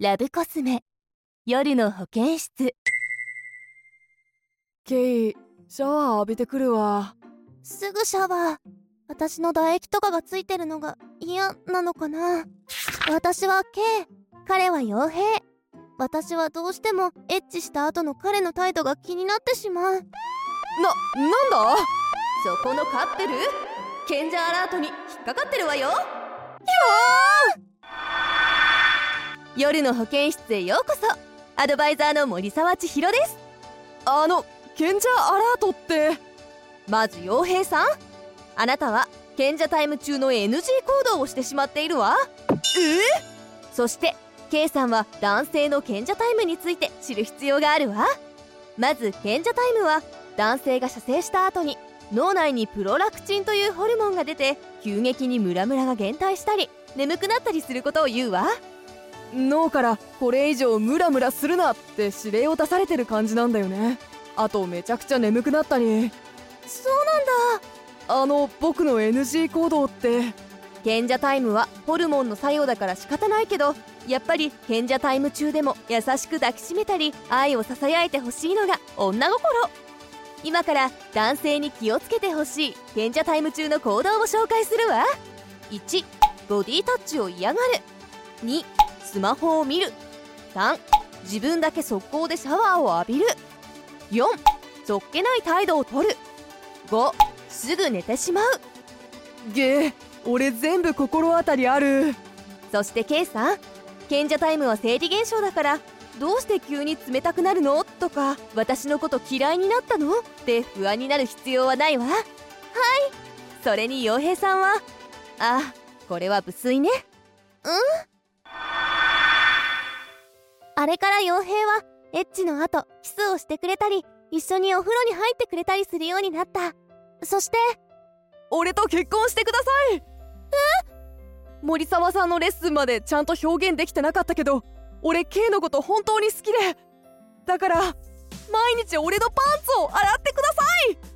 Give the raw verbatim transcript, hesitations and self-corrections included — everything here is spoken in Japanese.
ラブコスメ夜の保健室。 ケイ、シャワー浴びてくるわ。 すぐシャワー。私の唾液とかがついてるのが嫌なのかな。私はケイ、彼は傭兵。私はどうしてもエッチした後の彼の態度が気になってしまう。な、 なんだ？ そこのカップル、賢者アラートに引っかかってるわよ。夜の保健室へようこそ。アドバイザーの森沢千尋です。 あの賢者アラートって？ まず傭兵さん、あなたは賢者タイム中の エヌジー 行動をしてしまっているわ。 え？ そして K さんは男性の賢者タイムについて知る必要があるわ。まず賢者タイムは男性が射精した後に脳内にプロラクチンというホルモンが出て、急激にムラムラが減退したり眠くなったりすることを言うわ。 脳からこれ以上ムラムラするなって指令を出されてる感じなんだよね。あとめちゃくちゃ眠くなったり。 そうなんだ。 あの僕の エヌジー 行動って？ 賢者タイムはホルモンの作用だから仕方ないけど、やっぱり賢者タイム中でも優しく抱きしめたり愛をささやいてほしいのが女心。今から男性に気をつけてほしい賢者タイム中の行動を紹介するわ。いち、ボディタッチを嫌がる。に、スマホを見る。さん、自分だけ速攻でシャワーを浴びる。よん、そっけない態度をとる。ご、すぐ寝てしまう。 ゲー、俺全部心当たりある。 そして K さん、賢者タイムは生理現象だから、どうして急に冷たくなるのとか、私のこと嫌いになったのって不安になる必要はないわ。はい。それに傭兵さんは、あ、これは無粋ね。うん。あれから傭兵はエッチの後キスをしてくれたり、一緒にお風呂に入ってくれたりするようになった。そして、 俺と結婚してください。え？森沢さんのレッスンまでちゃんと表現できてなかったけど、俺 K のこと本当に好きで、だから毎日俺のパンツを洗ってください。